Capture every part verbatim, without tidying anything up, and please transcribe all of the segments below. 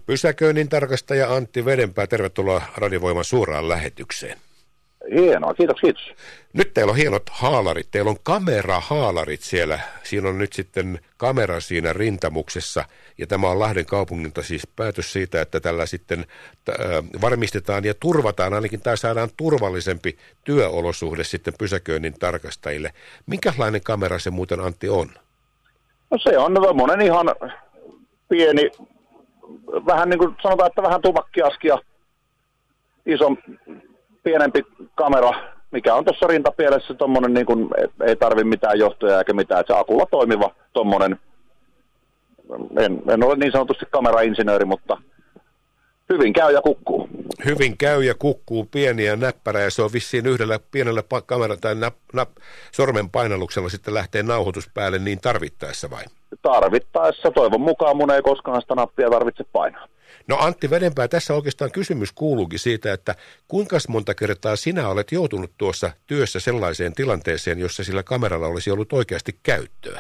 Pysäköinnin tarkastaja Antti Vedenpää, tervetuloa Radiovoiman suoraan lähetykseen. Hienoa, kiitos, kiitos. Nyt teillä on hienot haalarit, teillä on kamerahaalarit siellä. Siinä on nyt sitten kamera siinä rintamuksessa, ja tämä on Lahden kaupungilta siis päätös siitä, että tällä sitten äh, varmistetaan ja turvataan ainakin, tai saadaan turvallisempi työolosuhde sitten pysäköinnin tarkastajille. Minkälainen kamera se muuten, Antti, on? No se on tommonen ihan pieni, vähän niin kuin sanotaan, että vähän tupakkiaski ja iso, pienempi kamera, mikä on tuossa rintapielessä tommonen, niin kuin ei tarvi mitään johtoja eikä mitään, että se akulla toimiva tommonen, en, en ole niin sanotusti kamerainsinööri, mutta hyvin käy ja kukkuu. Hyvin käy ja kukkuu, pieni ja näppärä, ja se on vissiin yhdellä pienellä kamera- tai nap, nap, sormen painalluksella sitten lähtee nauhoitus päälle niin tarvittaessa vai? Tarvittaessa. Toivon mukaan mun ei koskaan sitä nappia tarvitse painaa. No Antti Vedenpää, tässä oikeastaan kysymys kuuluukin siitä, että kuinka monta kertaa sinä olet joutunut tuossa työssä sellaiseen tilanteeseen, jossa sillä kameralla olisi ollut oikeasti käyttöä?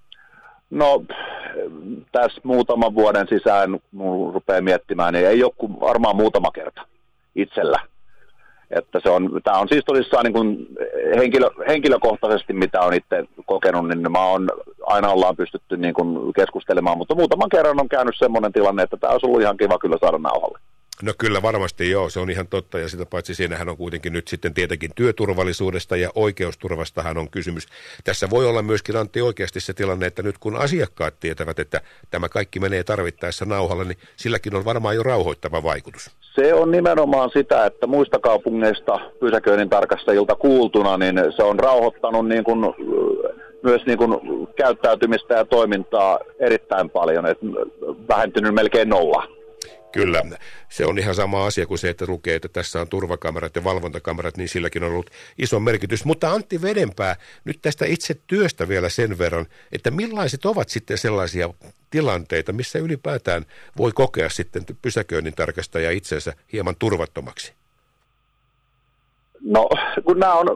No tässä muutaman vuoden sisään mun rupeaa miettimään, niin ei ole kuin varmaan muutama kerta itsellä. Että se on, tämä on siis tosissaan niin kuin henkilö, henkilökohtaisesti, mitä on itse kokenut, niin mä on, aina ollaan pystytty niin kuin keskustelemaan, mutta muutaman kerran on käynyt semmoinen tilanne, että tämä olisi ollut ihan kiva kyllä saada nauhalle. No kyllä varmasti joo, se on ihan totta, ja sitä paitsi siinähän on kuitenkin nyt sitten tietenkin työturvallisuudesta ja oikeusturvastahan on kysymys. Tässä voi olla myöskin, Antti, oikeasti se tilanne, että nyt kun asiakkaat tietävät, että tämä kaikki menee tarvittaessa nauhalle, niin silläkin on varmaan jo rauhoittava vaikutus. Se on nimenomaan sitä, että muista kaupungeista pysäköinnin tarkastajilta kuultuna, niin se on rauhoittanut niin kuin, myös niin kuin käyttäytymistä ja toimintaa erittäin paljon, että vähentynyt melkein nolla. Kyllä, se on ihan sama asia kuin se, että lukee, että tässä on turvakamerat ja valvontakamerat, niin silläkin on ollut iso merkitys. Mutta Antti Vedenpää, nyt tästä itse työstä vielä sen verran, että millaiset ovat sitten sellaisia tilanteita, missä ylipäätään voi kokea sitten pysäköinnin tarkastaja itsensä hieman turvattomaksi? No, kun nämä on,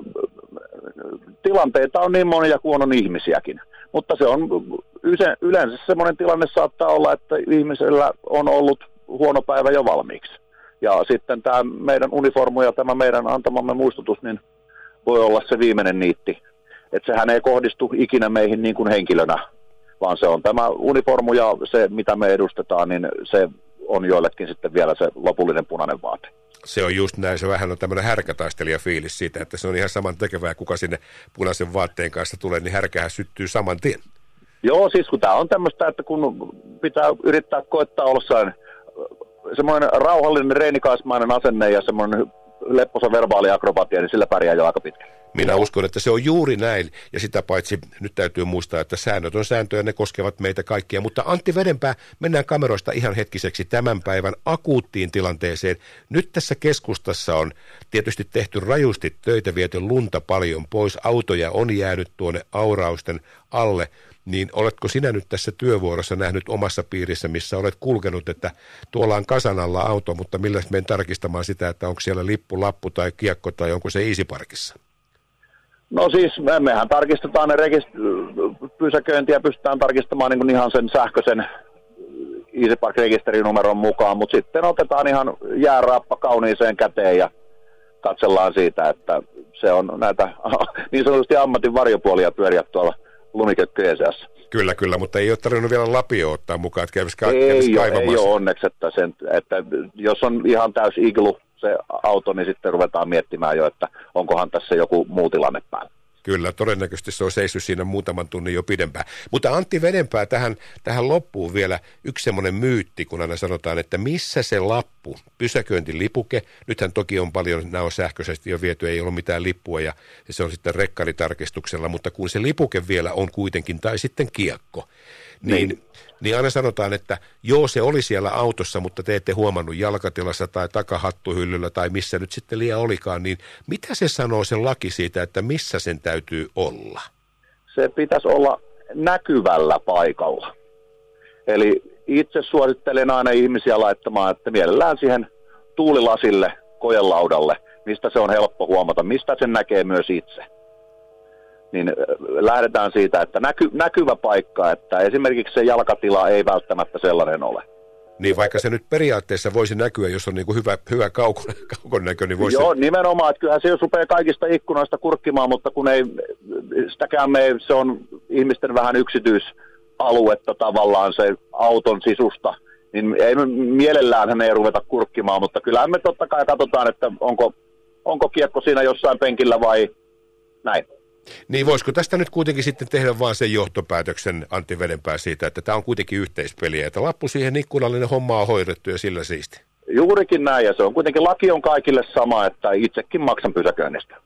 tilanteita on niin monia kuin on ihmisiäkin, mutta se on yleensä semmoinen tilanne saattaa olla, että ihmisellä on ollut huono päivä jo valmiiksi. Ja sitten tämä meidän uniformu ja tämä meidän antamamme muistutus, niin voi olla se viimeinen niitti. Että sehän ei kohdistu ikinä meihin niin kuin henkilönä, vaan se on tämä uniformu ja se, mitä me edustetaan, niin se on joillekin sitten vielä se lopullinen punainen vaate. Se on just näin, se vähän on tämmöinen härkätaistelijafiilis siitä, että se on ihan saman tekevää, kuka sinne punaisen vaatteen kanssa tulee, niin härkähän syttyy saman tien. Joo, siis kun tämä on tämmöistä, että kun pitää yrittää koettaa olla sellainen semmoinen rauhallinen, reenikaismainen asenne ja semmoinen lepposa verbaali akrobatia, niin sillä pärjää jo aika pitkä. Minä uskon, että se on juuri näin, ja sitä paitsi nyt täytyy muistaa, että säännöt on sääntöjä, ne koskevat meitä kaikkia. Mutta Antti Vedenpää, mennään kameroista ihan hetkiseksi tämän päivän akuuttiin tilanteeseen. Nyt tässä keskustassa on tietysti tehty rajusti töitä, viety lunta paljon pois, autoja on jäänyt tuonne aurausten alle. Niin oletko sinä nyt tässä työvuorossa nähnyt omassa piirissä, missä olet kulkenut, että tuolla on kasan alla auto, mutta millä menen tarkistamaan sitä, että onko siellä lippu, lappu tai kiekko tai onko se Easyparkissa? No siis mehän tarkistetaan ne rekist- pysäköintiä, pystytään tarkistamaan niin kuin ihan sen sähköisen Easypark-rekisterinumeron mukaan, mutta sitten otetaan ihan jääraappa kauniiseen käteen ja katsellaan siitä, että se on näitä niin sanotusti ammatin varjopuolia pyöriä tuolla lumikökköjen seassa. Kyllä, kyllä, mutta ei ole tarvinnut vielä lapio ottaa mukaan, että kävisi ka- ei, ole, ei ole onneksi, että, sen, että jos on ihan täys iglu se auto, niin sitten ruvetaan miettimään jo, että onkohan tässä joku muu tilanne päällä. Kyllä, todennäköisesti se on seissyt siinä muutaman tunnin jo pidempään. Mutta Antti Vedenpää, tähän, tähän loppuun vielä yksi semmoinen myytti, kun aina sanotaan, että missä se lappu, pysäköintilipuke, nythän toki on paljon, nämä on sähköisesti jo viety, ei ollut mitään lippua ja se on sitten rekkaritarkistuksella, mutta kun se lipuke vielä on kuitenkin, tai sitten kiekko, niin, niin. niin aina sanotaan, että joo, se oli siellä autossa, mutta te ette huomannut jalkatilassa tai takahattuhyllyllä tai missä nyt sitten liian olikaan, niin mitä se sanoo se laki siitä, että missä sen täytyy olla? Se pitäisi olla näkyvällä paikalla. Eli itse suosittelen aina ihmisiä laittamaan, että mielellään siihen tuulilasille, kojelaudalle, mistä se on helppo huomata, mistä sen näkee myös itse. Niin lähdetään siitä, että näky, näkyvä paikka, että esimerkiksi se jalkatila ei välttämättä sellainen ole. Niin vaikka se nyt periaatteessa voisi näkyä, jos on niin kuin hyvä, hyvä kaukon, kaukon näkö, niin voisi... Joo, nimenomaan, että kyllähän se jos rupeaa kaikista ikkunoista kurkkimaan, mutta kun ei sitäkään me, se on ihmisten vähän yksityisaluetta tavallaan se auton sisusta, niin ei mielellään hän ei ruveta kurkkimaan, mutta kyllähän me totta kai katsotaan, että onko, onko kiekko siinä jossain penkillä vai näin. Niin voisiko tästä nyt kuitenkin sitten tehdä vaan sen johtopäätöksen Antti Vedenpää siitä, että tämä on kuitenkin yhteispeliä, että lappu siihen ikkunallinen homma on hoidettu ja sillä siisti. Juurikin näin, ja se on kuitenkin, laki on kaikille sama, että itsekin maksan pysäköinnistä.